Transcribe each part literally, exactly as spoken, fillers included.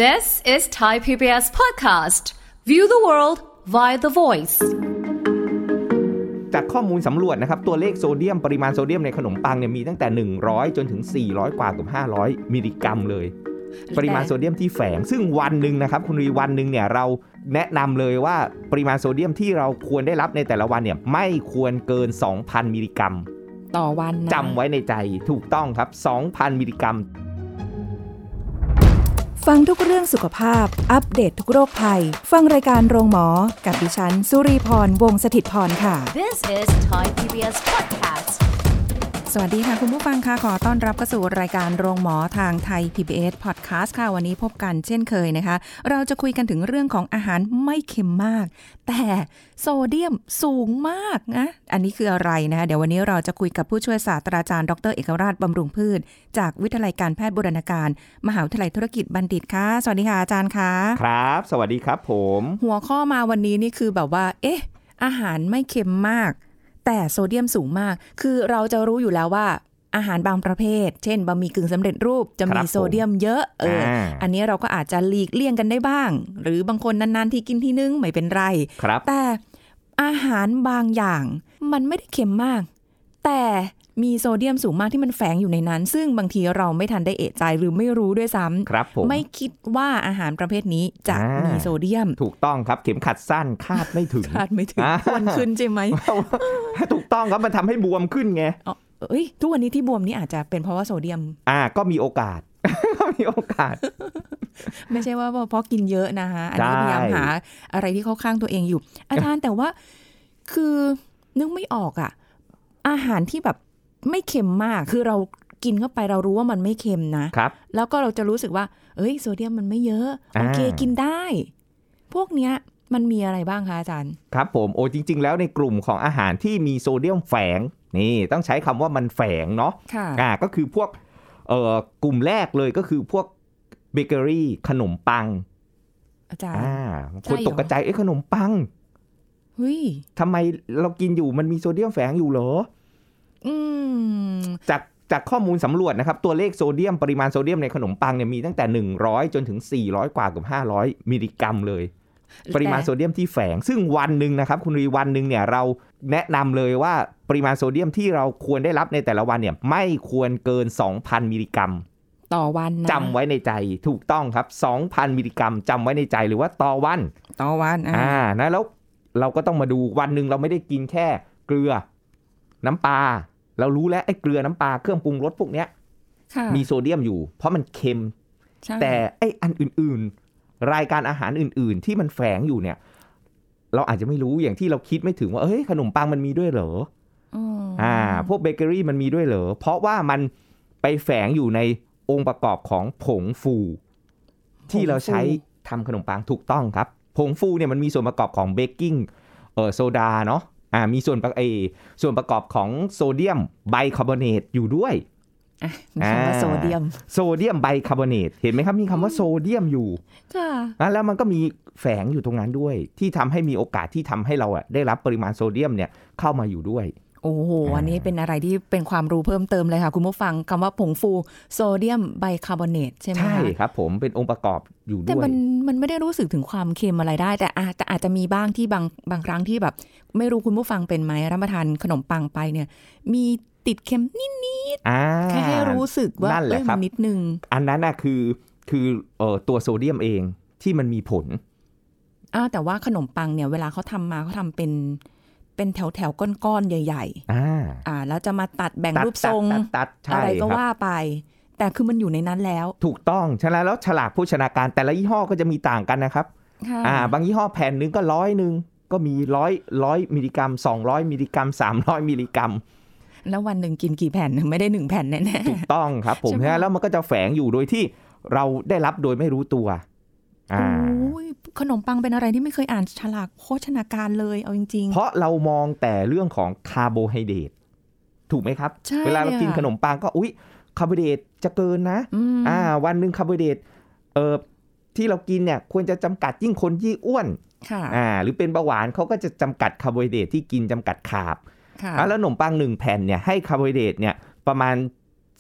This is Thai พี บี เอส podcast. View the world via the voice. จากข้อมูลสำรวจนะครับตัวเลขโซเดียมปริมาณโซเดียมในขนมปังเนี่ยมีตั้งแต่หนึ่งร้อยจนถึงสี่ร้อยกว่ากับห้าร้อยมิลลิกรัมเลยปริมาณโซเดียมที่แฝงซึ่งวันนึงนะครับคุณรีวันนึงเนี่ยเราแนะนำเลยว่าปริมาณโซเดียมที่เราควรได้รับในแต่ละวันเนี่ยไม่ควรเกิน สองพัน มิลลิกรัมต่อวันนะจำไว้ในใจถูกต้องครับ สองพัน มิลลิกรัมฟังทุกเรื่องสุขภาพอัปเดต ท, ทุกโรคภัยฟังรายการโรงหมอกับดิฉันสุรีพรวงศ์สถิตย์พรค่ะ This is Thai พี บี เอส podcast. สวัสดีค่ะคุณผู้ฟังค่ะขอต้อนรับเข้าสู่รายการโรงหมอทางไทย พี บี เอส podcast ค่ะวันนี้พบกันเช่นเคยนะคะเราจะคุยกันถึงเรื่องของอาหารไม่เค็มมากแต่โซเดียมสูงมากนะอันนี้คืออะไรนะคะเดี๋ยววันนี้เราจะคุยกับผู้ช่วยศาสตราจารย์ดรเอกราชบำรุงพืชจากวิทยาลัยการแพทย์บูรณาการมหาวิทยาลัยธุรกิจบัณฑิตค่ะสวัสดีค่ะอาจารย์ค่ะครับสวัสดีครับผมหัวข้อมาวันนี้นี่คือแบบว่าเอ๊ะอาหารไม่เค็มมากแต่โซเดียมสูงมากคือเราจะรู้อยู่แล้วว่าอาหารบางประเภทเช่นบะหมี่กึ่งสำเร็จรูปจะมีโซเดียมเยอะเออ อ, อันนี้เราก็อาจจะหลีกเลี่ยงกันได้บ้างหรือบางคนนานๆที่กินทีนึงไม่เป็นไรแต่อาหารบางอย่างมันไม่ได้เค็มมากแต่มีโซเดียมสูงมากที่มันแฝงอยู่ในนั้นซึ่งบางทีเราไม่ทันได้เอะใจหรือไม่รู้ด้วยซ้ำไม่คิดว่าอาหารประเภทนี้จะมีโซเดียมถูกต้องครับเข็มขัดสั้นคาดไม่ถึงคาดไม่ถึงอ้วนขึ้นใช่ไหมถูกต้องครับมันทำให้บวมขึ้นไงเอ้ยทุกวันนี้ที่บวมนี่อาจจะเป็นเพราะว่าโซเดียมอ่าก็มีโอกาส ก็มีโอกาสไม่ใช่ว่าเพราะกินเยอะนะคะอันนี้พยายามหาอะไรที่เข้าข้างตัวเองอยู่อาจารย์แต่ว่าคือนึกไม่ออกอ่ะอาหารที่แบบไม่เค็มมากคือเรากินเข้าไปเรารู้ว่ามันไม่เค็มนะครับแล้วก็เราจะรู้สึกว่าเอ้ยโซเดียมมันไม่เยอะโอเคกินได้พวกเนี้ยมันมีอะไรบ้างคะอาจารย์ครับผมโอ้จริงๆแล้วในกลุ่มของอาหารที่มีโซเดียมแฝงนี่ต้องใช้คำว่ามันแฝงเนาะอ่าก็คือพวกเอ่อกลุ่มแรกเลยก็คือพวกเบเกอรี่ขนมปังอาจารย์อ่าคนตกกระจายเอ้ยขนมปังเฮ้ยทำไมเรากินอยู่มันมีโซเดียมแฝงอยู่เหรออืมจากจากข้อมูลสำรวจนะครับตัวเลขโซเดียมปริมาณโซเดียมในขนมปังเนี่ยมีตั้งแต่หนึ่งร้อยจนถึงสี่ร้อยกว่ากับห้าร้อยมิลลิกรัมเลยปริมาณโซเดียมที่แฝงซึ่งวันนึงนะครับคุณรีวันนึงเนี่ยเราแนะนำเลยว่าปริมาณโซเดียมที่เราควรได้รับในแต่ละวันเนี่ยไม่ควรเกิน สองพัน มิลลิกรัมต่อวันนะจำไว้ในใจถูกต้องครับ สองพัน มิลลิกรัมจำไว้ในใจหรือว่าต่อวันต่อวันอ่านะแล้วเราก็ต้องมาดูวันนึงเราไม่ได้กินแค่เกลือน้ำปลาเรารู้แล้วไอ้เกลือน้ำปลาเครื่องปรุงรสพวกเนี้ยมีโซเดียมอยู่เพราะมันเค็มแต่ไอ้อันอื่นๆรายการอาหารอื่นๆที่มันแฝงอยู่เนี่ยเราอาจจะไม่รู้อย่างที่เราคิดไม่ถึงว่าเฮ้ยขนมปังมันมีด้วยเหรออ่าพวกเบเกอรี่มันมีด้วยเหรอเพราะว่ามันไปแฝงอยู่ในองค์ประกอบของผงฟูที่เราใช้ทำขนมปังถูกต้องครับผงฟูเนี่ยมันมีส่วนประกอบของเบกกิ้งเอ่อโซดาเนาะอ่ามีส่วนประเอส่วนประกอบของโซเดียมไบคาร์บอเนตอยู่ด้วยมีคำว่าโซเดียมโซเดียมไบคาร์บอเนตเห็นไหมครับมีคำว่าโซเดียมอยู่ค่ะแล้วมันก็มีแฝงอยู่ตรงนั้นด้วยที่ทำให้มีโอกาสที่ทำให้เราอ่ะได้รับปริมาณโซเดียมเนี่ยเข้ามาอยู่ด้วยโอ้โหอันนี้เป็นอะไรที่เป็นความรู้เพิ่มเติมเลยค่ะคุณผู้ฟังคำว่าผงฟูโซเดียมไบคาร์บอเนตใช่ไหมใช่ครับผมเป็นองค์ประกอบอยู่ด้วยแต่มันมันไม่ได้รู้สึกถึงความเค็มอะไรได้แต่อาจจะอาจจะมีบ้างที่บางบางครั้งที่แบบไม่รู้คุณผู้ฟังเป็นไหมรับประทานขนมปังไปเนี่ยมีติดเค็มนิดๆแค่ให้รู้สึกว่าเอ้ยมันนิดนึงอันนั้นน่ะคือคือเอ่อตัวโซเดียมเองที่มันมีผลอ้าวแต่ว่าขนมปังเนี่ยเวลาเขาทำมาเขาทำเป็นเป็นแถวๆก้อนๆใหญ่ๆอ่าอ่าแล้วจะมาตัดแบ่งรูปทรงอะไรก็ว่าไปแต่คือมันอยู่ในนั้นแล้วถูกต้องใช่แล้วแล้วฉลากโภชนาการแต่ละยี่ห้อก็จะมีต่างกันนะครับอ่าบางยี่ห้อแผ่นนึงก็ร้อยนึงก็มีร้อยร้อยมิลลิกรัมสองร้อยมิลลิกรัมสามร้อยมิลลิกรัมแล้ววันหนึ่งกินกี่แผ่นไม่ได้หนึ่งแผ่นแน่ๆถูกต้องครับผมฮะแล้วมันก็จะแฝงอยู่โดยที่เราได้รับโดยไม่รู้ตัวโอ้ยขนมปังเป็นอะไรที่ไม่เคยอ่านฉลากโภชนาการเลยเอาจริงๆเพราะเรามองแต่เรื่องของคาร์โบไฮเดรตถูกไหมครับเวลาเรากินขนมปังก็อุ๊ยคาร์โบไฮเดรตจะเกินนะอ่าวันนึงคาร์โบไฮเดรตเอ่อที่เรากินเนี่ยควรจะจำกัดยิ่งคนยิ่งอ้วนอ่าหรือเป็นเบาหวานเขาก็จะจำกัดคาร์โบไฮเดรตที่กินจำกัดคาร์บแล้วขนมปังหนึ่งแผ่นเนี่ยให้คาร์โบไฮเดรตเนี่ยประมาณ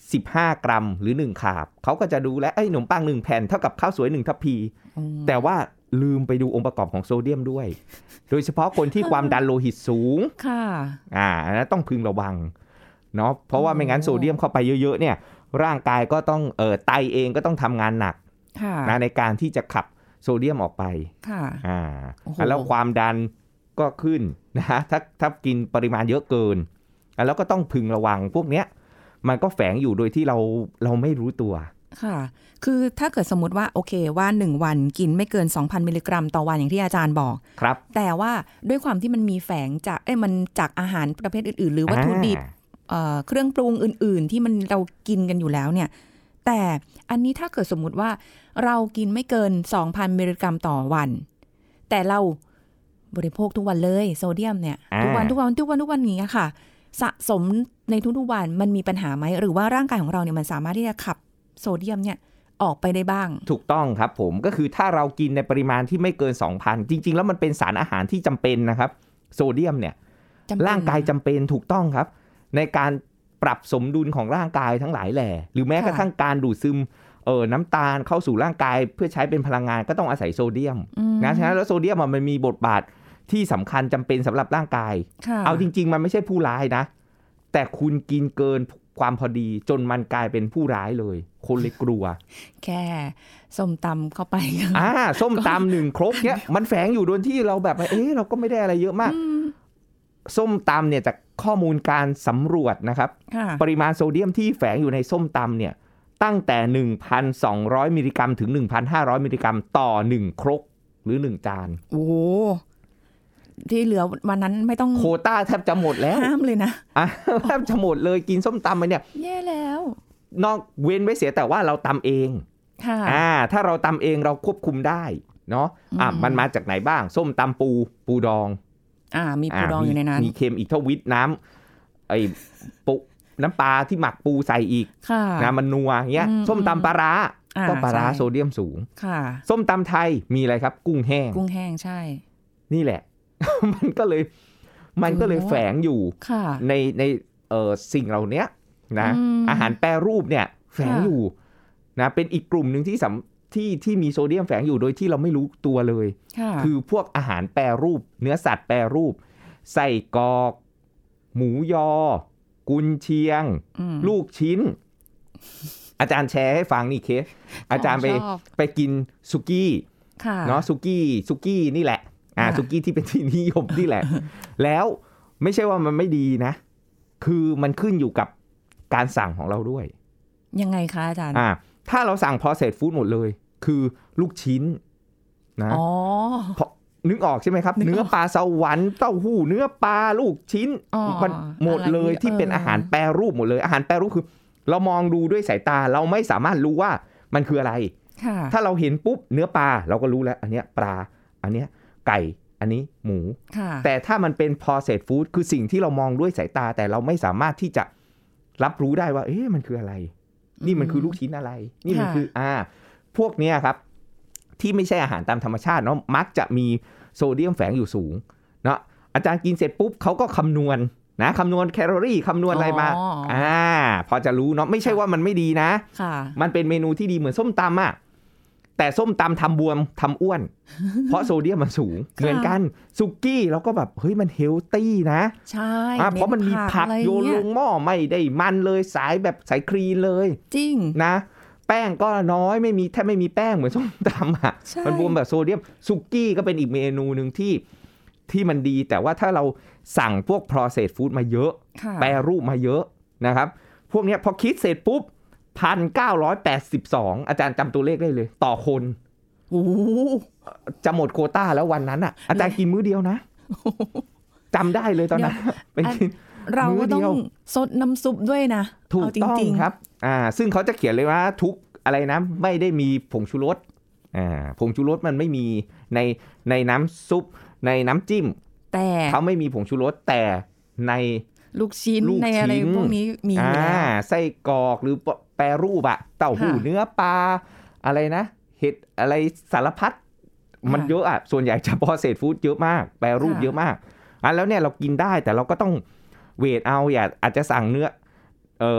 สิบห้ากรัมหรือหนึ่งคาร์บเขาก็จะดูแลไอ้ขนมปังหนึ่งแผ่นเท่ากับข้าวสวยหนึ่งทัพพีแต่ว่าลืมไปดูองค์ประกอบของโซเดียมด้วยโดยเฉพาะคนที่ความดันโลหิตสูงค่ะอ่านะต้องพึงระวังเนาะเพราะว่าไม่งั้นโซเดียมเข้าไปเยอะๆเนี่ยร่างกายก็ต้องเอ่อไตเองก็ต้องทำงานหนักนะในการที่จะขับโซเดียมออกไปค่ะอ่าแล้วความดันก็ขึ้นนะฮะถ้าถ้ากินปริมาณเยอะเกินแล้วก็ต้องพึงระวังพวกเนี้ยมันก็แฝงอยู่โดยที่เราเราไม่รู้ตัวค่ะคือถ้าเกิดสมมติว่าโอเคว่าหนึ่งวันกินไม่เกิน สองพัน มิลลิกรัมต่อวันอย่างที่อาจารย์บอกครับแต่ว่าด้วยความที่มันมีแฝงจากเอ้ยมันจากอาหารประเภทอื่นๆหรือวัตถุดิบเอ่อเครื่องปรุงอื่นๆที่มันเรากินกันอยู่แล้วเนี่ยแต่อันนี้ถ้าเกิดสมมุติว่าเรากินไม่เกิน สองพัน มิลลิกรัมต่อวันแต่เราบริโภคทุกวันเลยโซเดียมเนี่ยทุกวันทุกวันทุกวันทุกวันนี้ค่ะสะสมในทุกๆวันมันมีปัญหาไหมหรือว่าร่างกายของเราเนี่ยมันสามารถที่จะขับโซเดียมเนี่ยออกไปได้บ้างถูกต้องครับผมก็คือถ้าเรากินในปริมาณที่ไม่เกิน สองพัน จริงๆแล้วมันเป็นสารอาหารที่จำเป็นนะครับโซเดียมเนี่ยร่างกายจำเป็นถูกต้องครับในการปรับสมดุลของร่างกายทั้งหลายแหล่หรือแม้กระทั่งการดูดซึมเออน้ำตาลเข้าสู่ร่างกายเพื่อใช้เป็นพลังงานก็ต้องอาศัยโซเดียมนะฉะนั้นแล้วโซเดียมมันมีบทบาทที่สำคัญจำเป็นสำหรับร่างกายเอาจริงๆมันไม่ใช่ผู้ร้ายนะแต่คุณกินเกินความพอดีจนมันกลายเป็นผู้ร้ายเลยคนเลยกลัวแค่ส้มตำเข้าไปอ่าส้มตำหนึ่งครกเนี้ยมันแฝงอยู่โดยที่เราแบบเอ๊ะเราก็ไม่ได้อะไรเยอะมากส้มตำเนี่ยจากข้อมูลการสำรวจนะครับปริมาณโซเดียมที่แฝงอยู่ในส้มตำเนี่ยตั้งแต่ หนึ่งพันสองร้อย มิลลิกรัมถึง หนึ่งพันห้าร้อย มิลลิกรัมต่อหนึ่งครกหรือหนึ่งจานโอ้ที่เหลือวันนั้นไม่ต้องโควต้าแทบจะหมดแล้วห้ามเลยนะอ่ะแทบจะหมดเลยกินส้มตำไปเนี่ยแย่แล้วนอกเว้นไว้เสียแต่ว่าเราตำเองค่ะอ่าถ้าเราตำเองเราควบคุมได้เนาะอ่ะมันมาจากไหนบ้างส้มตำปูปูดองอ่ามีปูดองอยู่ในนั้นมีเค็มอีกเท่าวิตน้ำไอ้ปุน้ำปลาที่หมักปูใส่อีกนะมันนัวเงี้ยส้มตำปลาร้าก็ปลาร้าโซเดียมสูงค่ะส้มตำไทยมีอะไรครับกุ้งแห้งกุ้งแห้งใช่นี่แหละ มันก็เลยมันก็เลยแฝงอยู่ในในเอ่อสิ่งเหล่านี้นะอาหารแปรรูปเนี่ยแฝงอยู่นะเป็นอีกกลุ่มหนึ่งที่ที่ที่มีโซเดียมแฝงอยู่โดยที่เราไม่รู้ตัวเลยคือพวกอาหารแปรรูปเนื้อสัตว์แปรรูปไส้กรอกหมูยอกุนเชียงลูกชิ้นอาจารย์แชร์ให้ฟังนี่เคสอาจารย์ไปไปกินสุกี้เนาะสุกี้สุกี้นี่แหละอ่าสุกี้ที่เป็นที่นิยมนี่แหละแล้วไม่ใช่ว่ามันไม่ดีนะคือมันขึ้นอยู่กับการสั่งของเราด้วยยังไงคะอาจารย์อ่าถ้าเราสั่ง processed food หมดเลยคือลูกชิ้นนะอ๋อนึกออกใช่ไหมครับเนื้อปลาสวรรค์เต้าหู้เนื้อปลาลูกชิ้นมันหมดเลยที่เป็นอาหารแปรรูปหมดเลยอาหารแปรรูปคือเรามองดูด้วยสายตาเราไม่สามารถรู้ว่ามันคืออะไรถ้าเราเห็นปุ๊บเนื้อปลาเราก็รู้แล้วอันเนี้ยปลาอันเนี้ยไก่อันนี้หมูแต่ถ้ามันเป็น processed food คือสิ่งที่เรามองด้วยสายตาแต่เราไม่สามารถที่จะรับรู้ได้ว่าเอ๊ะมันคืออะไรนี่มันคือลูกชิ้นอะไรนี่มันคืออ่าพวกเนี้ยครับที่ไม่ใช่อาหารตามธรรมชาติเนาะมักจะมีโซเดียมแฝงอยู่สูงเนาะอาจารย์กินเสร็จปุ๊บเขาก็คำนวณนะคำนวณแคลอรี่คำนวณอะไรมาอ่าพอจะรู้เนาะไม่ใช่ว่ามันไม่ดีนะมันเป็นเมนูที่ดีเหมือนส้มตำอ่ะแต่ส้มตำทำบวมทำอ้วนเพราะโซเดียมมันสูงเหมือนกันซุกี้เราก็แบบเฮ้ยมันเฮลตี้นะใช่เพราะมันมีผักโยนลงหม้อไม่ได้มันเลยสายแบบสายคลีนเลยจริงนะแป้งก็น้อยไม่มีแทบไม่มีแป้งเหมือนส้มตำอ่ะมันบวมแบบโซเดียมซุกี้ก็เป็นอีกเมนูนึงที่ที่มันดีแต่ว่าถ้าเราสั่งพวก processed food มาเยอะแปรรูปมาเยอะนะครับพวกเนี้ยพอคิดเสร็จปุ๊บหนึ่งพันเก้าร้อยแปดสิบสองอาจารย์จำตัวเลขได้เลยต่อคนโอ้จะหมดโควต้าแล้ววันนั้นอ่ะอาจารย์กินมื้อเดียวนะจำได้เลยตอนนั้นเป็นกินเราก็ต้องซดน้ำซุปด้วยนะถูกต้องครับอ่าซึ่งเขาจะเขียนเลยว่าทุกอะไรนะไม่ได้มีผงชูรสอ่าผงชูรสมันไม่มีในในน้ำซุปในน้ำจิ้มแต่เขาไม่มีผงชูรสแต่ในลูกชิ้นในอะไรพวกนี้มีอยู่แล้วไส้กรอกหรือแปรรูปอะเต้าหู้เนื้อปลาอะไรนะเห็ดอะไรสารพัดมันเยอะอะส่วนใหญ่จะ processed food เยอะมากแปรรูปเยอะมากอ่ะแล้วเนี่ยเรากินได้แต่เราก็ต้องเวทเอาอย่าอาจจะสั่งเนื้อเอ่อ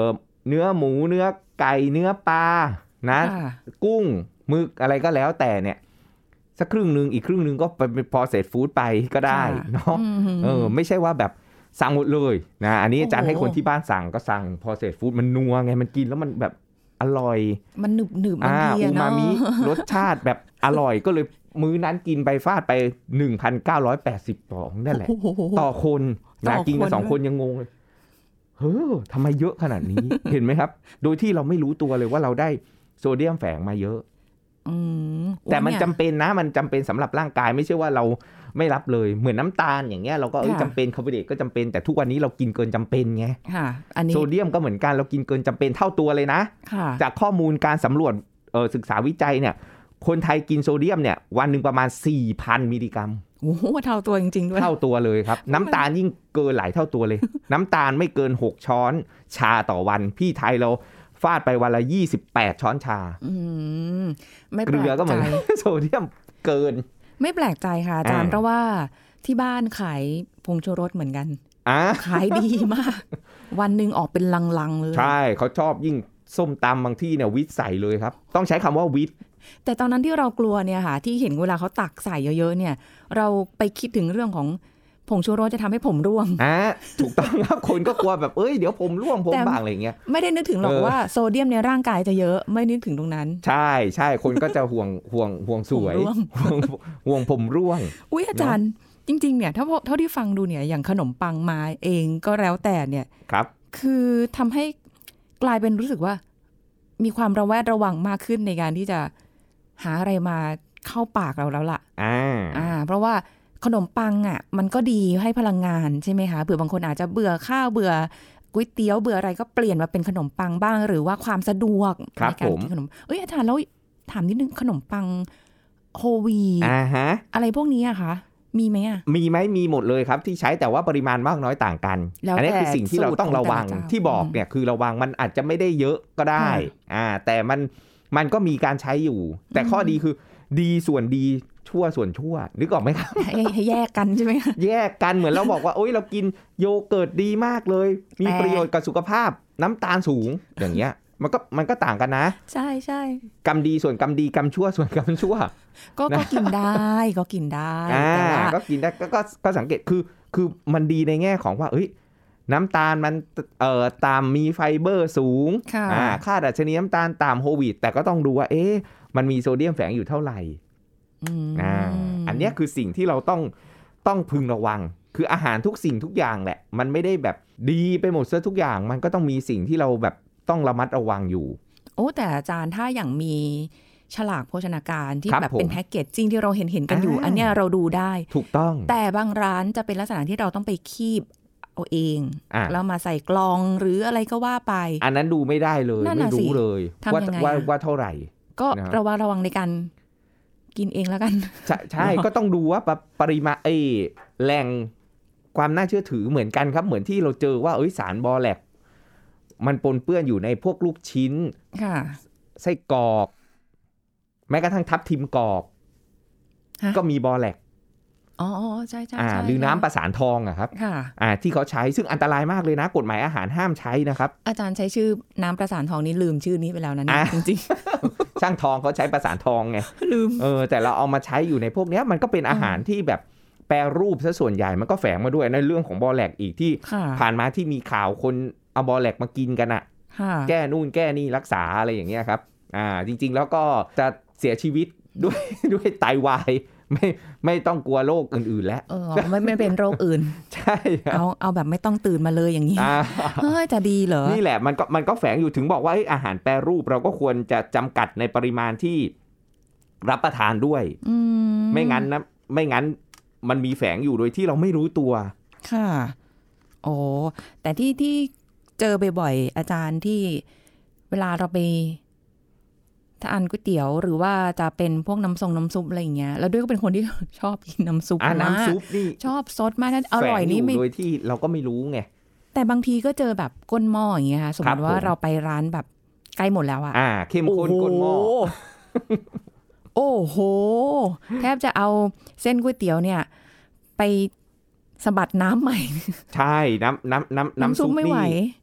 เนื้อหมูเนื้อไก่เนื้อปลานะกุ้งหมึกอะไรก็แล้วแต่เนี่ยสักครึ่งนึงอีกครึ่งนึงก็เป็นพอเศษฟู้ดไปก็ได้เนาะเออไม่ใช่ว่าแบบสั่งหมดเลยนะอันนี้อาจารย์ให้คนที่บ้านสั่งก็สั่งพอเศษฟู้ดมันนัวไงมันกินแล้วมันแบบอร่อยมันหนึบหนึบมันดีเนาะอูมามิรสชาติแบบอร่อยก็เลยมื้อนั้นกินไปฟาดไป หนึ่งพันเก้าร้อยแปดสิบ ต่อนั่นแหละต่อคนนะกินกันสองคนยังงงเลยเฮ้อทำไมเยอะขนาดนี้ เห็นไหมครับโดยที่เราไม่รู้ตัวเลยว่าเราได้โซเดียมแฝงมาเยอะแต่มันจำเป็นนะมันจำเป็นสำหรับร่างกายไม่ใช่ว่าเราไม่รับเลยเหมือนน้ำตาลอย่างเงี้ยเราก็เออจำเป็นคาร์โบไฮเดรตก็จำเป็นแต่ทุกวันนี้เรากินเกินจำเป็นไงโซเดียมก็เหมือนกันเรากินเกินจำเป็นเท่าตัวเลยนะจากข้อมูลการสำรวจศึกษาวิจัยเนี่ยคนไทยกินโซเดียมเนี่ยวันหนึ่งประมาณ สี่พัน มิลลิกรัมโอ้โหเท่าตัวจริงๆด้วยเท่าตัวเลยครับน้ำตาลยิ่งเกินหลายเท่าตัวเลย น้ำตาลไม่เกินหกช้อนชาต่อวันพี่ไทยเราฟาดไปวันละยี่สิบแปดช้อนชาอืมไม่แปลกใจเกลือก็เหมือนโซเดียมเกินไม่แปลกใจค่ะอาจารย์เพราะว่าที่บ้านขายผงชูรสเหมือนกันขายดีมากวันนึงออกเป็นลังๆเลยใช่เขาชอบยิ่งส้มตำบางที่เนี่ยวิทใส่เลยครับต้องใช้คำว่าวิทแต่ตอนนั้นที่เรากลัวเนี่ยค่ะที่เห็นเวลาเขาตักใส่เยอะๆเนี่ยเราไปคิดถึงเรื่องของผงชูรสจะทำให้ผมร่วงอ่าถูกต้องครับคนก็กลัวแบบเอ้ยเดี๋ยวผมร่วงผมบางอะไรเงี้ยไม่ได้นึกถึงหรอกว่าโซเดียมในร่างกายจะเยอะไม่นึกถึงตรงนั้นใช่ใช่คนก็จะห่วงห่วงห่วงสวยห่วงผมร่วงอุ้ยอาจารย์จริงๆเนี่ยถ้าเท่าที่ฟังดูเนี่ยอย่างขนมปังมาเองก็แล้วแต่เนี่ยครับคือทำให้กลายเป็นรู้สึกว่ามีความระแวดระวังมากขึ้นในการที่จะหาอะไรมาเข้าปากเราแล้วล่ะอ่าอ่าเพราะว่าขนมปังอ่ะมันก็ดีให้พลังงานใช่ไหมคะเผื่อบางคนอาจจะเบื่อข้าวเบื่อก๋วยเตี๋ยวเบื่ออะไรก็เปลี่ยนมาเป็นขนมปังบ้างหรือว่าความสะดวกในการกินขนมเอ้ยอาจารย์แล้วถามนิดนึงขนมปังโฮลวีตอ่าฮะอะไรพวกนี้อะคะมีไหมอะมีไหมมีหมดเลยครับที่ใช้แต่ว่าปริมาณมากน้อยต่างกันอันนี้คือสิ่งที่เราต้องระวังที่บอกเนี่ยคือระวังมันอาจจะไม่ได้เยอะก็ได้อ่าแต่มันมันก็มีการใช้อยู่แต่ข้อดีคือดีส่วนดีชั่วส่วนชั่วนึกออกไหมครับให้แยกกันใช่ไหมแยกกันเหมือนเราบอกว่าโอ๊ยเรากินโยเกิร์ตดีมากเลยมีประโยชน์กับสุขภาพน้ำตาลสูงอย่างเงี้ยมันก็มันก็ต่างกันนะใช่ใช่กรรมดีส่วนกรรมดีกรรมชั่วส่วนกรรมชั่วก็ก็กินได้ก็กินได้แต่ว่าก็กินได้ก็ก็ก็สังเกตคือคือมันดีในแง่ของว่าเอ้ยน้ำตาลมันเอ่อตามมีไฟเบอร์สูงอ่าค่าดัชนีน้ำตาลตามโฮลวีตแต่ก็ต้องดูว่าเอ๊ะมันมีโซเดียมแฝงอยู่เท่าไหร่อ่าอันนี้คือสิ่งที่เราต้องต้องพึงระวังคืออาหารทุกสิ่งทุกอย่างแหละมันไม่ได้แบบดีไปหมดซะทุกอย่างมันก็ต้องมีสิ่งที่เราแบบต้องระมัดระวังอยู่โอ้แต่อาจารย์ถ้าอย่างมีฉลากโภชนาการที่แบบเป็นแพ็กเกจจริงที่เราเห็นเห็นกันอยู่อันเนี้ยเราดูได้ถูกต้องแต่บางร้านจะเป็นลักษณะที่เราต้องไปคีบเอาเองแล้วมาใส่กล่องหรืออะไรก็ว่าไปอันนั้นดูไม่ได้เลยไม่รู้เลยว่าว่าว่าเท่าไหร่ก็ระวังระวังในการกินเองแล้วกันใช่ใช่ก็ต้องดูว่าปริมาณไอ้แหล่งความน่าเชื่อถือเหมือนกันครับเหมือนที่เราเจอว่าเอ้ยสารบอแลกมันปนเปื้อนอยู่ในพวกลูกชิ้นไส้กรอกแม้กระทั่งทับทิมกรอบก็มีบอแลกอ๋อใช่ใช่หรือน้ำประสานทองอะครับอ่าที่เขาใช้ซึ่งอันตรายมากเลยนะกฎหมายอาหารห้ามใช้นะครับอาจารย์ใช้ชื่อน้ำประสานทองนี่ลืมชื่อนี้ไปแล้วนะเนี่ยจริงๆช่างทองเขาใช้ประสานทองไงลืมเออแต่เราเอามาใช้อยู่ในพวกนี้มันก็เป็นอาหารที่แบบแปรรูปซะส่วนใหญ่มันก็แฝงมาด้วยในเรื่องของบอแลกอีกที่ผ่านมาที่มีข่าวคนเอาบอแลกมากินกันอะแก้นู่นแก้นี่รักษาอะไรอย่างเงี้ยครับอ่าจริงๆแล้วก็จะเสียชีวิตด้วยด้วยไตวายไม่ไม่ต้องกลัวโรคอื่นๆแล้วเออไม่ไม่เป็นโรคอื่นใช่เอาเอาแบบไม่ต้องตื่นมาเลยอย่างนี้เฮ้ยจะดีเหรอนี่แหละมันก็มันก็แฝงอยู่ถึงบอกว่าอาหารแปรรูปเราก็ควรจะจำกัดในปริมาณที่รับประทานด้วยไม่งั้นนะไม่งั้นมันมีแฝงอยู่โดยที่เราไม่รู้ตัวค่ะโอ้แต่ที่ที่เจอบ่อยๆอาจารย์ที่เวลาเราไปทานก๋วยเตี๋ยวหรือว่าจะเป็นพวกน้ำทรงน้ำซุปอะไรอย่างเงี้ยแล้วด้วยก็เป็นคนที่ชอบกินน้ำซุปมากน้ำซุปนี่ชอบซดมากนั่นอร่อยนี่ไม่โดยที่เราก็ไม่รู้ไงแต่บางทีก็เจอแบบก้นหม้ออย่างเงี้ยค่ะสมมติว่าเราไปร้านแบบใกล้หมดแล้วอ่ะอ่าเข้มข้นก้นหม้อโอ้โหแทบจะเอาเส้นก๋วยเตี๋ยวเนี่ยไปสะบัดน้ำใหม่ใช่น้ำน้ำน้ำน้ำซุปนี่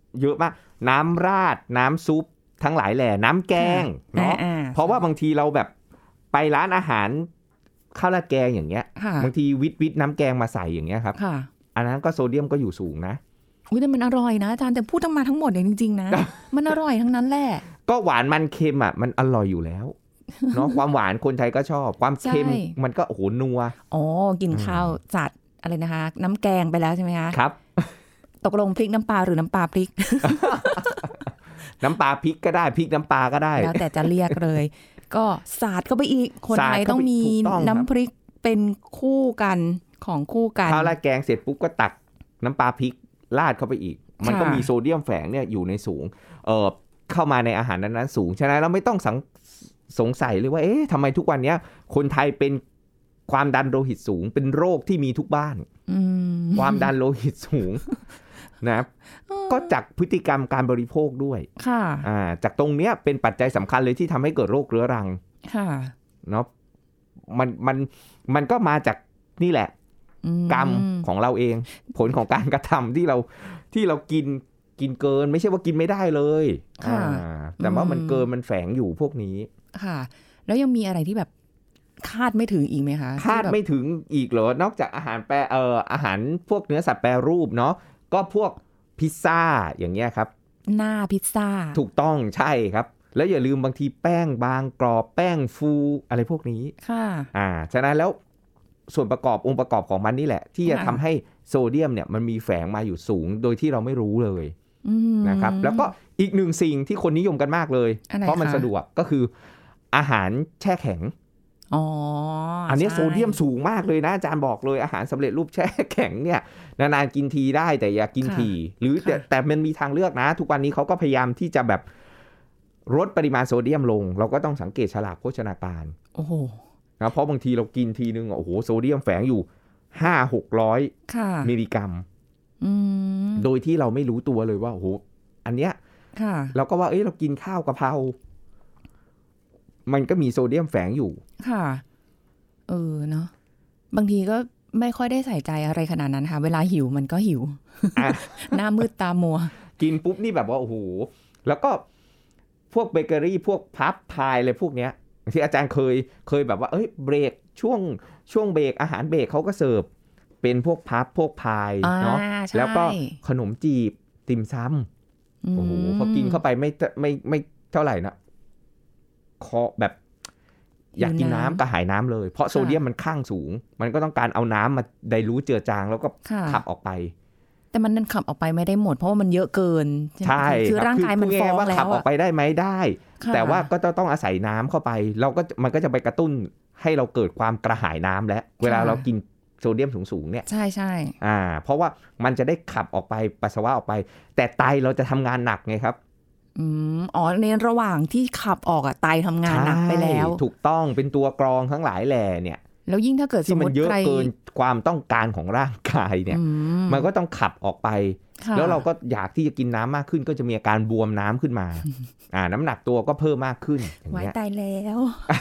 เยอะมากน้ำราดน้ำซุปทั้งหลายแหล่น้ำแกงเนาะเพราะว่าบางทีเราแบบไปร้านอาหารข้าวราดแกงอย่างเงี้ยบางทีวิทวิทน้ำแกงมาใส่อย่างเงี้ยครับอันนั้นก็โซเดียมก็อยู่สูงนะอุ้ยแต่มันอร่อยนะอาจารย์แต่พูดทั้งมาทั้งหมดเนี่ยจริงๆนะ มันอร่อยทั้งนั้นแหละก็หวานมันเค็มอ่ะมันอร่อยอยู่แล้วเนาะความหวานคนไทยก็ชอบความเค็มมันก็โอ้โหนัวอ๋อกินข้าวจัดอะไรนะคะน้ำแกงไปแล้วใช่ไหมคะครับตกลงพริกน้ำปลาหรือน้ำปลาพริกน้ำปลาพริกก็ได้พริกน้ำปลาก็ได้แล้วแต่จะเรียกเลยก็สาดเข้าไปอีกคนไทยต้องมีน้ำพริกเป็นคู่กันของคู่กันข้าวราดแกงเสร็จปุ๊บก็ตักน้ำปลาพริกราดเข้าไปอีกมันก็มีโซเดียมแฝงเนี่ยอยู่ในสูงเอ่อเข้ามาในอาหารนั้นๆสูงฉะนั้นเราไม่ต้องสังสงสัยเลยว่าเอ๊ะทำไมทุกวันนี้คนไทยเป็นความดันโลหิตสูงเป็นโรคที่มีทุกบ้านความดันโลหิตสูงนะก็จากพฤติกรรมการบริโภคด้วยค่ะอ่าจากตรงเนี้ยเป็นปัจจัยสำคัญเลยที่ทำให้เกิดโรคเรื้อรังค่ะเนาะมันมันมันก็มาจากนี่แหละกรรมของเราเองผลของการกระทำที่เราที่เรากินกินเกินไม่ใช่ว่ากินไม่ได้เลยแต่ว่ามันเกินมันแฝงอยู่พวกนี้ค่ะแล้วยังมีอะไรที่แบบคาดไม่ถึงอีกไหมคะคาดไม่ถึงอีกเหรอนอกจากอาหารแปรเอ่ออาหารพวกเนื้อสัตว์แปรรูปเนาะก็พวกพิซซ่าอย่างเงี้ยครับหน้าพิซซ่าถูกต้องใช่ครับแล้วอย่าลืมบางทีแป้งบางกรอบแป้งฟูอะไรพวกนี้ค่ะอ่าฉะนั้นแล้วส่วนประกอบองค์ประกอบของมันนี่แหละที่จะทำให้โซเดียมเนี่ยมันมีแฝงมาอยู่สูงโดยที่เราไม่รู้เลยนะครับแล้วก็อีกหนึ่งสิ่งที่คนนิยมกันมากเลยเพราะมันสะดวกก็คืออาหารแช่แข็งอ๋ออันนี้โซเดียมสูงมากเลยนะอาจารย์บอกเลยอาหารสำเร็จรูปแช่แข็งเนี่ยนานๆกินทีได้แต่อย่ากินทีหรือแต่แต่มันมีทางเลือกนะทุกวันนี้เขาก็พยายามที่จะแบบลดปริมาณโซเดียมลงเราก็ต้องสังเกตฉลากโภชนาการโอ้โหนะเพราะบางทีเรากินทีนึงโอ้โหโซเดียมแฝงอยู่ห้าหกร้อยมิลลิกรัมโดยที่เราไม่รู้ตัวเลยว่าโอ้โหอันเนี้ยเราก็ว่าเอ้ยเรากินข้าวกะเพรามันก็มีโซเดียมแฝงอยู่ค่ะเออเนาะบางทีก็ไม่ค่อยได้ใส่ใจอะไรขนาดนั้นค่ะเวลาหิวมันก็หิว หน้ามืดตามัวกินปุ๊บนี่แบบว่าโอ้โหแล้วก็พวกเบเกอรี่พวกพับพายอะไรพวกเนี้ยที่อาจารย์เคยเคยแบบว่าเอ้ยเบรกช่วงช่วงเบรกอาหารเบรกเขาก็เสิร์ฟเป็นพวกพับพวกพายเนาะแล้วก็ขนมจีบติ่มซำโอ้โหพอกินเข้าไปไม่ไม่ไม่เท่าไหร่นะคอแบบอยากกินน้ำกระหายน้ำเลยเพราะโซเดียมมันข้างสูงมันก็ต้องการเอาน้ำมาไดลูทเจือจางแล้วก็ขับออกไปแต่มันนั่นขับออกไปไม่ได้หมดเพราะว่ามันเยอะเกินใช่คือร่างกายมันฟ้องแล้วขับออกไปได้ไหมได้แต่ว่าก็ต้องอาศัยน้ำเข้าไปเราก็มันก็จะไปกระตุ้นให้เราเกิดความกระหายน้ำและเวลาเรากินโซเดียมสูงๆเนี่ยใช่ใช่อ่าเพราะว่ามันจะได้ขับออกไปปัสสาวะออกไปแต่ไตเราจะทำงานหนักไงครับอืมอ๋อในระหว่างที่ขับออกอ่ะไตทำงานหนักไปแล้วถูกต้องเป็นตัวกรองทั้งหลายแหล่เนี่ยแล้วยิ่งถ้าเกิดสมมติใครที่มันเยอะเกินความต้องการของร่างกายเนี่ยมันก็ต้องขับออกไปแล้วเราก็อยากที่จะกินน้ำมากขึ้นก็จะมีอาการบวมน้ำขึ้นมาอ่าน้ำหนักตัวก็เพิ่มมากขึ้นอย่างเงี้ยตายแล้ว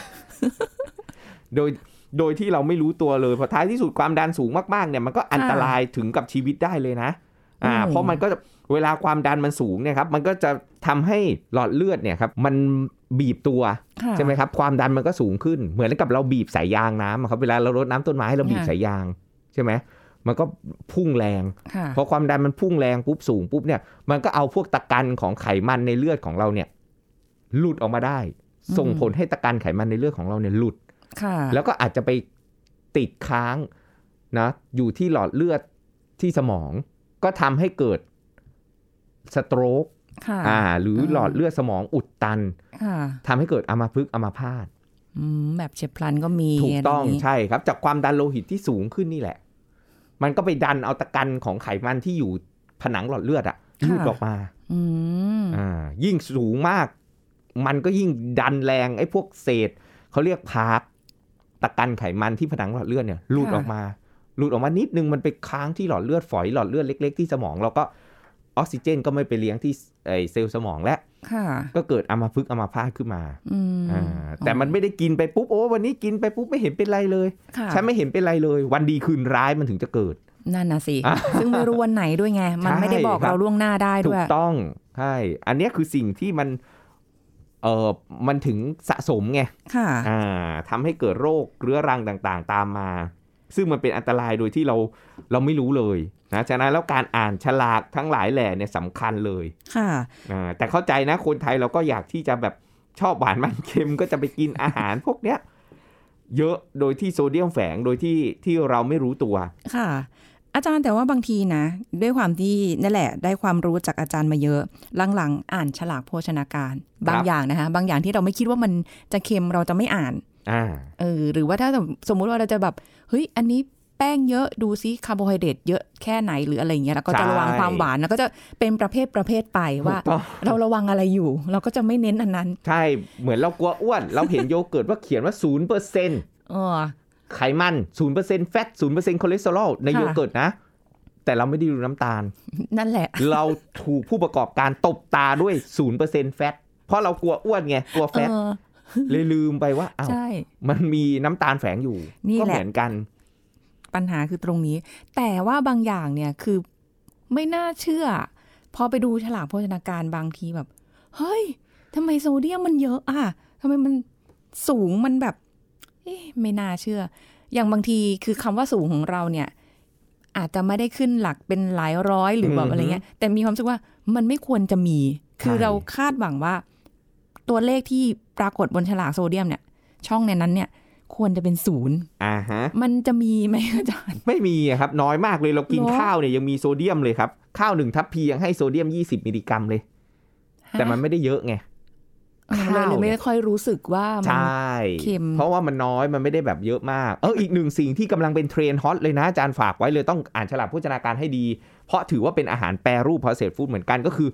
โดยโดยที่เราไม่รู้ตัวเลยพอท้ายที่สุดความดันสูงมากๆเนี่ยมันก็อันตรายถึงกับชีวิตได้เลยนะอ่าเพราะมันก็เวลาความดันมันสูงเนี่ยครับมันก็จะทำให้หลอดเลือดเนี่ยครับมันบีบตัวใช่ไหมครับความดันมันก็สูงขึ้นเหมือนกับเราบีบสายยางน้ำครับเวลาเรารดน้ำต้นไม้เราบีบสายยางใช่ไหมมันก็พุ่งแรงพอความดันมันพุ่งแรงปุ๊บสูงปุ๊บเนี่ยมันก็เอาพวกตะกันของไขมันในเลือดของเราเนี่ยหลุดออกมาได้ส่งผลให้ตะกันไขมันในเลือดของเราเนี่ยหลุดแล้วก็อาจจะไปติดค้างนะอยู่ที่หลอดเลือดที่สมองก็ทำให้เกิดสโตรกอ่าหรือหลอดเลือดสมองอุดตันทำให้เกิดอัมพฤกษ์อัมพาตแบบเฉียบพลันก็มีถูกต้องใช่ครับจากความดันโลหิตที่สูงขึ้นนี่แหละมันก็ไปดันเอาตะกันของไขมันที่อยู่ผนังหลอดเลือดอะหลุดออกมาอ่ายิ่งสูงมากมันก็ยิ่งดันแรงไอ้พวกเศษเขาเรียกพาร์คตะกันไขมันที่ผนังหลอดเลือดเนี่ยหลุดออกมาหลุดออกมานิดนึงมันไปค้างที่หลอดเลือดฝอยหลอดเลือดเล็กๆที่สมองเราก็ออกซิเจนก็ไม่ไปเลี้ยงที่ไอเซลล์สมองแล้วก็เกิดอัมพฤกษ์อัมพาตขึ้นมาอ่าแต่มันไม่ได้กินไปปุ๊บโอ้วันนี้กินไปปุ๊บไม่เห็นเป็นไรเลยฉันไม่เห็นเป็นไรเลยวันดีคืนร้ายมันถึงจะเกิดนั่นน่ะสิ ซึ่งไม่รู้วันไหนด้วยไงมันไม่ได้บอกเราล่วงหน้าได้ด้วยถูกต้องใช่อันนี้คือสิ่งที่มันเออมันถึงสะสมไงค่ะอ่าทำให้เกิดโรคเรื้อรังต่างๆตามมาซึ่งมันเป็นอันตรายโดยที่เราเราไม่รู้เลยนะฉะนั้นแล้วการอ่านฉลากทั้งหลายแหล่เนี่ยสำคัญเลยค่ะอ่าแต่เข้าใจนะคนไทยเราก็อยากที่จะแบบชอบหวานมันเค็มก็จะไปกินอาหารพวกเนี้ยเยอะโดยที่โซเดียมแฝงโดยที่ที่เราไม่รู้ตัวค่ะอาจารย์แต่ว่าบางทีนะด้วยความที่นั่นแหละได้ความรู้จากอาจารย์มาเยอะหลังๆอ่านฉลากโภชนาการบางอย่างนะคะบางอย่างที่เราไม่คิดว่ามันจะเค็มเราจะไม่อ่านอ่าเออหรือว่าถ้าสมมุติว่าเราจะแบบเฮ้ยอันนี้แป้งเยอะดูซิคาร์โบไฮเดรตเยอะแค่ไหนหรืออะไรเงี้ยแล้วก็จะระวังความหวานแล้วก็จะเป็นประเภทประเภทไปว่าเราระวังอะไรอยู่เราก็จะไม่เน้นอันนั้นใช่เหมือนเรากลัวอ้วนเราเห็นโยเกิร์ตว่าเขียนว่า ศูนย์เปอร์เซ็นต์เออไขมัน ศูนย์เปอร์เซ็นต์ แฟต ศูนย์เปอร์เซ็นต์ คอเลสเตอรอลในโยเกิร์ตนะแต่เราไม่ได้ดูน้ำตาลนั่นแหละเราถูกผู้ประกอบการตบตาด้วย ศูนย์เปอร์เซ็นต์ แฟตเพราะเรากลัวอ้วนไงกลัวแฟตเลยลืมไปว่าอ้าวมันมีน้ำตาลแฝงอยู่ก็เหมือนกันปัญหาคือตรงนี้แต่ว่าบางอย่างเนี่ยคือไม่น่าเชื่อพอไปดูฉลากโภชนาการบางทีแบบเฮ้ยทำไมโซเดียมมันเยอะอ่ะทำไมมันสูงมันแบบเอ๊ะไม่น่าเชื่ออย่างบางทีคือคำว่าสูงของเราเนี่ยอาจจะไม่ได้ขึ้นหลักเป็นหลายร้อยหรือแบบอะไรเงี้ยแต่มีความรู้สึกว่ามันไม่ควรจะมีคือเราคาดหวังว่าตัวเลขที่ปรากฏบนฉลากโซเดียมเนี่ยช่องในนั้นเนี่ยควรจะเป็นศูนย์อ่าฮะมันจะมีไหมอาจารย์ไม่มีครับน้อยมากเลยเรากินข้าวเนี่ยยังมีโซเดียมเลยครับข้าวหนึ่งทัพพียังให้โซเดียมยี่สิบมิลลิกรัมเลยแต่มันไม่ได้เยอะไงข้าวเลยไม่ค่อยรู้สึกว่ามันเค็มเพราะว่ามันน้อยมันไม่ได้แบบเยอะมากเอออีกหนึ่งสิ่งที่กำลังเป็นเทรนด์ฮอตเลยนะอาจารย์ฝากไว้เลยต้องอ่านฉลากโภชนาการให้ดีเพราะถือว่าเป็นอาหารแปรรูป processed food เหมือนกันก็คือ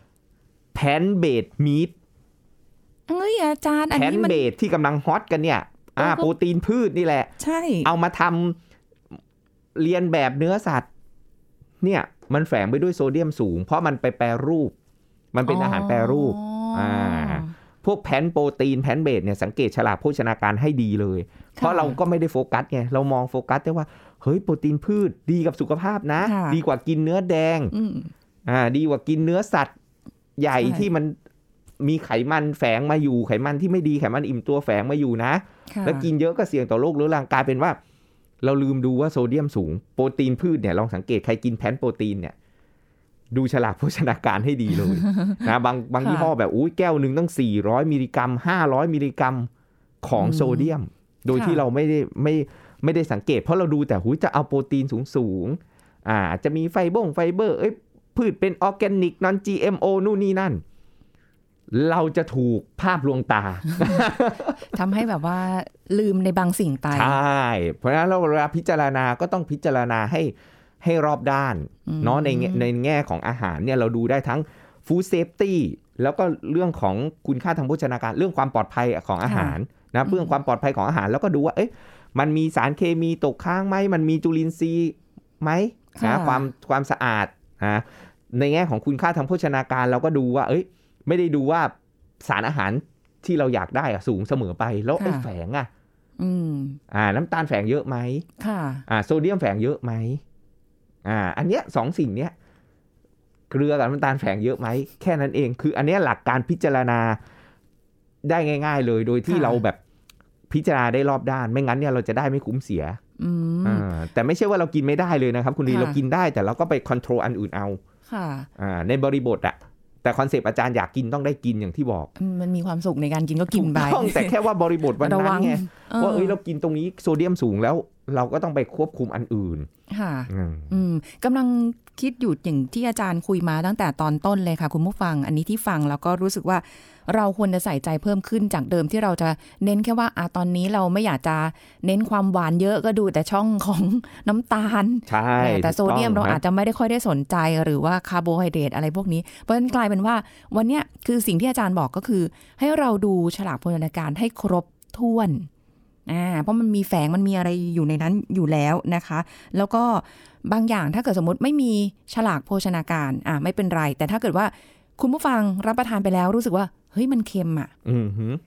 plant based meat เอ้ยอาจารย์อันนี้มัน plant based ที่กำลังฮอตกันเนี่ยอ่าโปรตีนพืชนี่แหละใช่เอามาทำเรียนแบบเนื้อสัตว์เนี่ยมันแฝงไปด้วยโซเดียมสูงเพราะมันไปแปรรูปมันเป็นอาหารแปรรูปอ่าพวกแพนโปรตีนแพนเบสเนี่ยสังเกตฉลากโภชนาการให้ดีเลยเพราะเราก็ไม่ได้โฟกัสไงเรามองโฟกัสได้ว่าเฮ้ยโปรตีนพืชดีกับสุขภาพนะดีกว่ากินเนื้อแดงอ่าดีกว่ากินเนื้อสัตว์ใหญ่ที่มันมีไขมันแฝงมาอยู่ไขมันที่ไม่ดีไขมันอิ่มตัวแฝงมาอยู่นะแล้วกินเยอะก็เสี่ยงต่อโรคเรื้อรังกลายเป็นว่าเราลืมดูว่าโซเดียมสูงโปรตีนพืชเนี่ยลองสังเกตใครกินแพนโปรตีนเนี่ยดูฉลากโภชนาการให้ดีเลยนะบางบางยี่ห้อแบบอุ้ยแก้วนึงต้องสี่ร้อยมิลลิกรัมห้าร้อยมิลลิกรัมของโซเดียมโดยที่เราไม่ได้ไม่ไม่ได้สังเกตเพราะเราดูแต่หูจะเอาโปรตีนสูงๆอ่าจะมีไฟบงไฟเบอร์เอ้ยพืชเป็นออร์แกนิกนอน จี เอ็ม โอ นู่นนี่นั่นเราจะถูกภาพลวงตาทำให้แบบว่าลืมในบางสิ่งไปใช่เพราะฉะนั้นเราเวลาพิจารณาก็ต้องพิจารณาให้ให้รอบด้านเนาะในในแง่ของอาหารเนี่ยเราดูได้ทั้ง food safety แล้วก็เรื่องของคุณค่าทางโภชนาการเรื่องความปลอดภัยของอาหารนะเรื่องความปลอดภัยของอาหารแล้วก็ดูว่าเอ๊ะมันมีสารเคมีตกค้างไหมมันมีจุลินทรีย์ไหมนะความความสะอาดนะในแง่ของคุณค่าทางโภชนาการเราก็ดูว่าเอ้ยไม่ได้ดูว่าสารอาหารที่เราอยากได้อะสูงเสมอไปแล้วไอ้แฝงอ่ะอืมอ่าน้ำตาลแฝงเยอะไหมค่ะอ่าโซเดียมแฝงเยอะไหมอ่าอันเนี้ยสองสิ่งเนี้ยเกลือกับน้ำตาลแฝงเยอะไหมแค่นั้นเองคืออันเนี้ยหลักการพิจารณาได้ง่ายๆเลยโดยที่เราแบบพิจารณาได้รอบด้านไม่งั้นเนี่ยเราจะได้ไม่คุ้มเสียอ่าแต่ไม่ใช่ว่าเรากินไม่ได้เลยนะครับคุณดีเรากินได้แต่เราก็ไปคอนโทรลอันอื่นเอาค่ะอ่าในบริบทอะแต่คอนเซปต์อาจารย์อยากกินต้องได้กินอย่างที่บอกมันมีความสุขในการกินก็กินไปต้องแต่แค่ว่าบริบทวันนั้นไงว่าเอ้ยเรากินตรงนี้โซเดียมสูงแล้วเราก็ต้องไปควบคุมอันอื่นค่ะอืมกำลังคิดอยู่อย่างที่อาจารย์คุยมาตั้งแต่ตอนต้นเลยค่ะคุณผู้ฟังอันนี้ที่ฟังแล้วก็รู้สึกว่าเราควรจะใส่ใจเพิ่มขึ้นจากเดิมที่เราจะเน้นแค่ว่าอ่ะตอนนี้เราไม่อยากจะเน้นความหวานเยอะก็ดูแต่ช่องของน้ำตาลใช่แต่โซเดียมเราอาจจะไม่ได้ค่อยได้สนใจหรือว่าคาร์โบไฮเดรตอะไรพวกนี้เพราะฉะนั้นกลายเป็นว่าวันนี้คือสิ่งที่อาจารย์บอกก็คือให้เราดูฉลากโภชนาการให้ครบถ้วนอ่าเพราะมันมีแฝงมันมีอะไรอยู่ในนั้นอยู่แล้วนะคะแล้วก็บางอย่างถ้าเกิดสมมติไม่มีฉลากโภชนาการอ่าไม่เป็นไรแต่ถ้าเกิดว่าคุณผู้ฟังรับประทานไปแล้วรู้สึกว่าเฮ้ยมันเค็มอ่ะ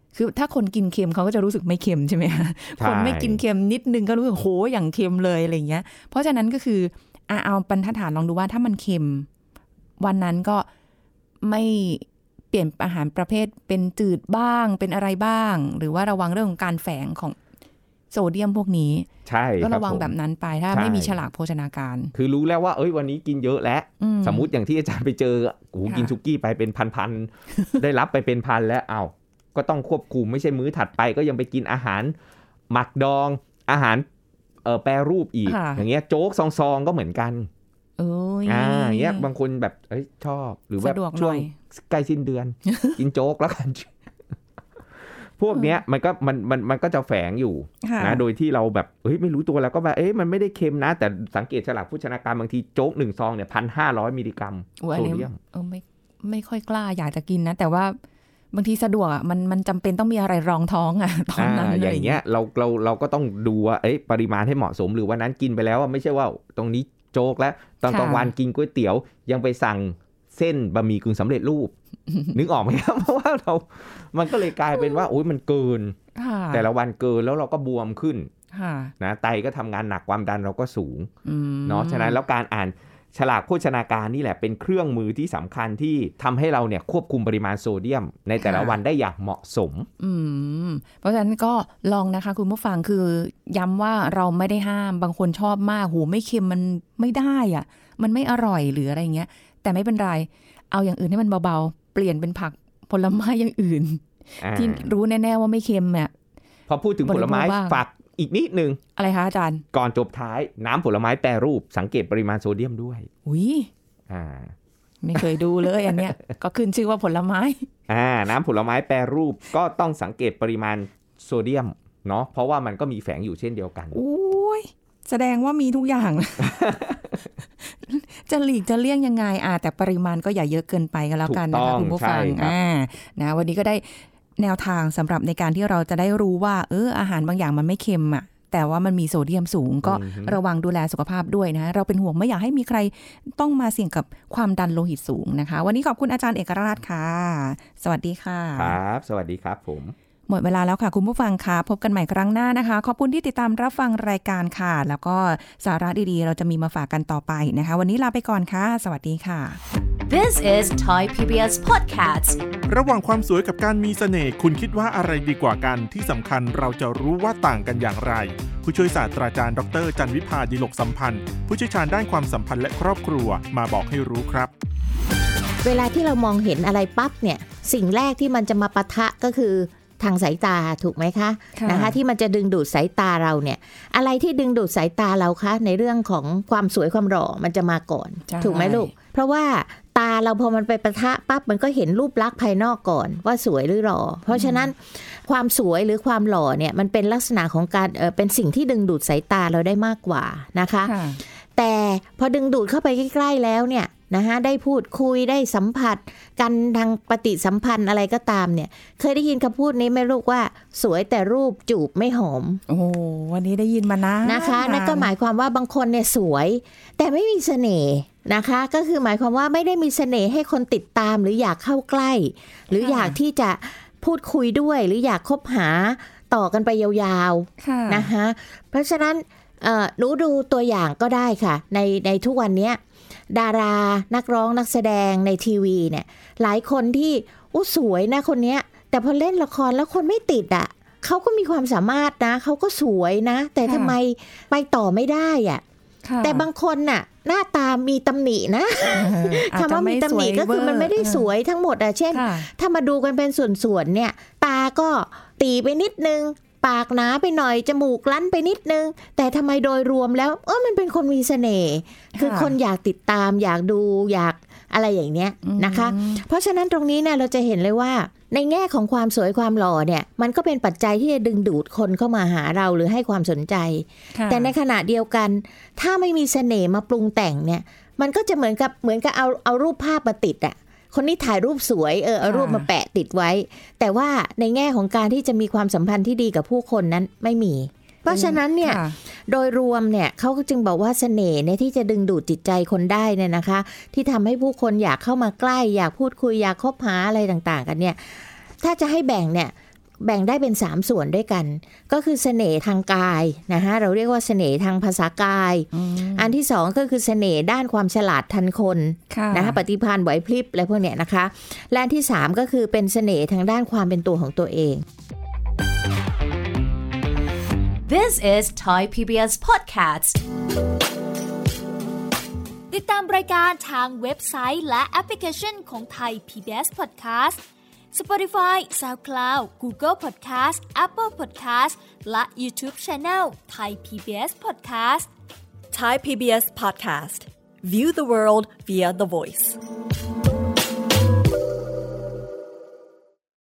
คือถ้าคนกินเค็มเขาก็จะรู้สึกไม่เค็มใช่ไหมคะคนไม่กินเค็มนิดนึงก็รู้สึกโหอย่างเค็มเลยอะไรเงี้ยเพราะฉะนั้นก็คืออ่ะเอาบรรทัดฐานลองดูว่าถ้ามันเค็มวันนั้นก็ไม่เปลี่ยนอาหารประเภทเป็นจืดบ้างเป็นอะไรบ้างหรือว่าระวังเรื่องของการแฝงของโซเดียมพวกนี้ใช่ก็ระวังแบบนั้นไปถ้าไม่มีฉลากโภชนาการคือรู้แล้วว่าเอ้ยวันนี้กินเยอะแล้วสมมุติอย่างที่อาจารย์ไปเจอโอ้กินซุกี้ไปเป็นพันๆได้รับไปเป็นพันแล้วอ้าวก็ต้องควบคุมไม่ใช่มื้อถัดไปก็ยังไปกินอาหารหมักดองอาหารเอ่อแปรรูปอีกอย่างเงี้ยโจ๊กซองๆก็เหมือนกันเอ้ยอ่าอย่างเงี้ยบางคนแบบเอ้ยชอบหรือว่าช่วงใกล้สิ้นเดือน กินโจ๊กแล้วกันพวกเนี้ยมันก็มันมันมันก็จะแฝงอยู่นะโดยที่เราแบบเฮ้ยไม่รู้ตัวแล้วก็แบบเอ๊ะมันไม่ได้เค็มนะแต่สังเกตฉลากโภชนาการบางทีโจ๊กหนึ่งซองเนี่ยพันห้าร้อยมิลลิกรัมโซเดียมเออไม่ไม่ค่อยกล้าอยากจะกินนะแต่ว่าบางทีสะดวกอ่ะมันมันจำเป็นต้องมีอะไรรองท้องอ่ะตอนนั้นเลยอย่างเงี้ยเราเราเราก็ต้องดูว่าเอ๊ะปริมาณให้เหมาะสมหรือวันนั้นกินไปแล้วไม่ใช่ว่าตรงนี้โจ๊กแล้วตอนกลางวันกินก๋วยเตี๋ยวยังไปสั่งเส้นบะหมี่กึ่งสำเร็จรูปนึกออกไหมครับเพราะว่าเรามันก็เลยกลายเป็นว่าโอ๊ยมันเกินแต่ละวันเกินแล้วเราก็บวมขึ้นนะไตก็ทำงานหนักความดันเราก็สูงเนาะฉะนั้นแล้วการอ่านฉลากโภชนาการนี่แหละเป็นเครื่องมือที่สำคัญที่ทำให้เราเนี่ยควบคุมปริมาณโซเดียมในแต่ละวันได้อย่างเหมาะสมอืมเพราะฉะนั้นก็ลองนะคะคุณผู้ฟังคือย้ำว่าเราไม่ได้ห้ามบางคนชอบมากโหไม่เค็มมันไม่ได้อ่ะมันไม่อร่อยหรืออะไรเงี้ยแต่ไม่เป็นไรเอาอย่างอื่นให้มันเบาๆเปลี่ยนเป็นผักผลไม้อย่างอื่นที่รู้แน่ๆว่าไม่เค็มเนี่ยพอพูดถึงผลไม้ฝากอีกนิดนึงอะไรคะอาจารย์ก่อนจบท้ายน้ำผลไม้แปรรูปสังเกตปริมาณโซเดียมด้วยอุ้ยอ่าไม่เคยดูเลยอันเนี้ยก็ขึ้นชื่อว่าผลไม้อ่าน้ำผลไม้แปรรูปก็ต้องสังเกตปริมาณโซเดียมเนาะเพราะว่ามันก็มีแฝงอยู่เช่นเดียวกันโอ้ยแสดงว่ามีทุกอย่าง จะหลีกจะเลี่ยงยังไงอ่าแต่ปริมาณก็อย่าเยอะเกินไปก็แล้วกันนะคะคุณผู้ฟังอ่านะวันนี้ก็ได้แนวทางสำหรับในการที่เราจะได้รู้ว่าเอออาหารบางอย่างมันไม่เค็มอ่ะแต่ว่ามันมีโซเดียมสูงก็ระวังดูแลสุขภาพด้วยนะเราเป็นห่วงไม่อยากให้มีใครต้องมาเสี่ยงกับความดันโลหิตสูงนะคะวันนี้ขอบคุณอาจารย์เอกราชค่ะสวัสดีค่ะครับสวัสดีครับผมหมดเวลาแล้วค่ะคุณผู้ฟังค่ะพบกันใหม่ครั้งหน้านะคะขอบคุณที่ติดตามรับฟังรายการค่ะแล้วก็สาระดีๆเราจะมีมาฝากกันต่อไปนะคะวันนี้ลาไปก่อนค่ะสวัสดีค่ะ This is Thai พี บี เอส Podcast ระหว่างความสวยกับการมีเสน่ห์คุณคิดว่าอะไรดีกว่ากันที่สำคัญเราจะรู้ว่าต่างกันอย่างไรผู้ช่วยศาสตราจารย์ดรจันวิภาดิลกสัมพันธ์ผู้เชี่ยวชาญด้านความสัมพันธ์และครอบครัวมาบอกให้รู้ครับเวลาที่เรามองเห็นอะไรปั๊บเนี่ยสิ่งแรกที่มันจะมาปะทะก็คือทางสายตาถูกไหมคะนะคะที่มันจะดึงดูดสายตาเราเนี่ยอะไรที่ดึงดูดสายตาเราคะในเรื่องของความสวยความหล่อมันจะมาก่อนถูกไหมลูกเพราะว่าตาเราพอมันไปปะทะปั๊บมันก็เห็นรูปลักษณ์ภายนอกก่อนว่าสวยหรือหล่อเพราะฉะนั้นความสวยหรือความหล่อเนี่ยมันเป็นลักษณะของการเออเป็นสิ่งที่ดึงดูดสายตาเราได้มากกว่านะคะแต่พอดึงดูดเข้าไปใกล้ๆแล้วเนี่ยนะคะได้พูดคุยได้สัมผัสกันทางปฏิสัมพันธ์อะไรก็ตามเนี่ยเคยได้ยินคำพูดนี้ไหมลูกว่าสวยแต่รูปจูบไม่หอมโอ้วันนี้ได้ยินมานะนะคะนั่นก็หมายความว่าบางคนเนี่ยสวยแต่ไม่มีเสน่ห์นะคะก็คือหมายความว่าไม่ได้มีเสน่ห์ให้คนติดตามหรืออยากเข้าใกล้หรืออยากที่จะพูดคุยด้วยหรืออยากคบหาต่อกันไปยาวๆนะคะเพราะฉะนั้นหนูดูตัวอย่างก็ได้ค่ะในในทุกวันนี้ดารานักร้องนักแสดงในทีวีเนี่ยหลายคนที่อู้สวยนะคนเนี้ยแต่พอเล่นละครแล้วคนไม่ติดอ่ะเขาก็มีความสามารถนะเขาก็สวยนะแต่ทำไมไปต่อไม่ได้อ่ะแต่บางคนน่ะหน้าตามีตำหนินะคำว่ามีตำหนิก็คือมันไม่ได้สวยทั้งหมดอ่ะเช่นถ้ามาดูกันเป็นส่วนๆเนี่ยตาก็ตีไปนิดนึงปากหนาไปหน่อยจมูกลั่นไปนิดนึงแต่ทำไมโดยรวมแล้วเออมันเป็นคนมีเสน่ห์คือคนอยากติดตามอยากดูอยากอะไรอย่างเนี้ยนะคะเพราะฉะนั้นตรงนี้เนี่ยเราจะเห็นเลยว่าในแง่ของความสวยความหล่อเนี่ยมันก็เป็นปัจจัยที่จะดึงดูดคนเข้ามาหาเราหรือให้ความสนใจแต่ในขณะเดียวกันถ้าไม่มีเสน่ห์มาปรุงแต่งเนี่ยมันก็จะเหมือนกับเหมือนกับเอาเอารูปภาพมาติดอะคนนี้ถ่ายรูปสวยเออเอารูปมาแปะติดไว้แต่ว่าในแง่ของการที่จะมีความสัมพันธ์ที่ดีกับผู้คนนั้นไม่มีเพราะฉะนั้นเนี่ยโดยรวมเนี่ยเขาจึงบอกว่าเสน่ห์เนี่ยที่จะดึงดูดจิตใจคนได้เนี่ยนะคะที่ทำให้ผู้คนอยากเข้ามาใกล้อยากพูดคุยอยากคบหาอะไรต่างๆกันเนี่ยถ้าจะให้แบ่งเนี่ยแบ่งได้เป็นสามส่วนด้วยกันก็คือเสน่ห์ทางกายนะคะเราเรียกว่าเสน่ห์ทางภาษากาย อ, อันที่สองก็คือเสน่ห์ด้านความฉลาดทันคนนะคะปฏิภาณไหวพริบอะไรพวกเนี้ยนะคะและอันที่สามก็คือเป็นเสน่ห์ทางด้านความเป็นตัวของตัวเอง This is Thai พี บี เอส Podcast ติดตามรายการทางเว็บไซต์และแอปพลิเคชันของ Thai พี บี เอส Podcast Spotify, SoundCloud, Google Podcast, Apple Podcast และ YouTube Channel Thai พี บี เอส Podcast Thai พี บี เอส Podcast View the world via the voice